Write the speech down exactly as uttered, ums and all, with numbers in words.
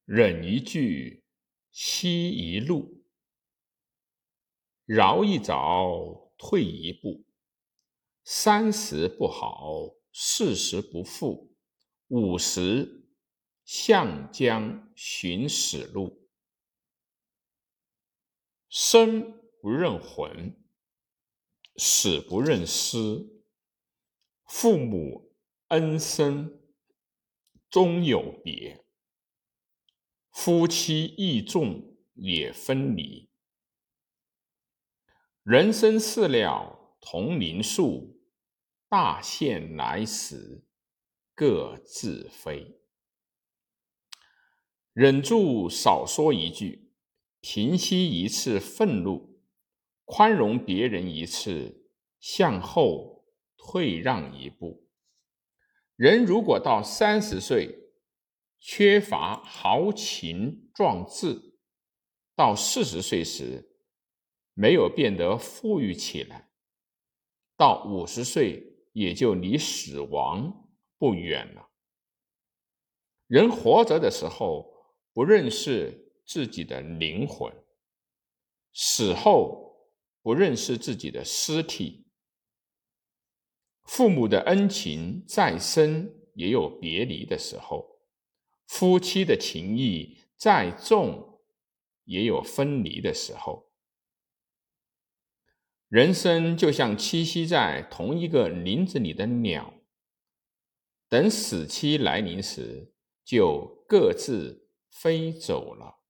忍一句，息一路，饶一早，退一步。三十不好，四十不复，五十向将寻死路。生不认魂，死不认尸。父母恩深，终有别。夫妻义重，也分离。人生事了同林树，大限来时各自飞。忍住少说一句，平息一次愤怒，宽容别人一次，向后退让一步。人如果到三十岁缺乏豪情壮志，到四十岁时没有变得富裕起来，到五十岁也就离死亡不远了。人活着的时候不认识自己的灵魂，死后不认识自己的尸体。父母的恩情再深，也有别离的时候；夫妻的情谊再重，也有分离的时候。人生就像栖息在同一个林子里的鸟，等死期来临时，就各自飞走了。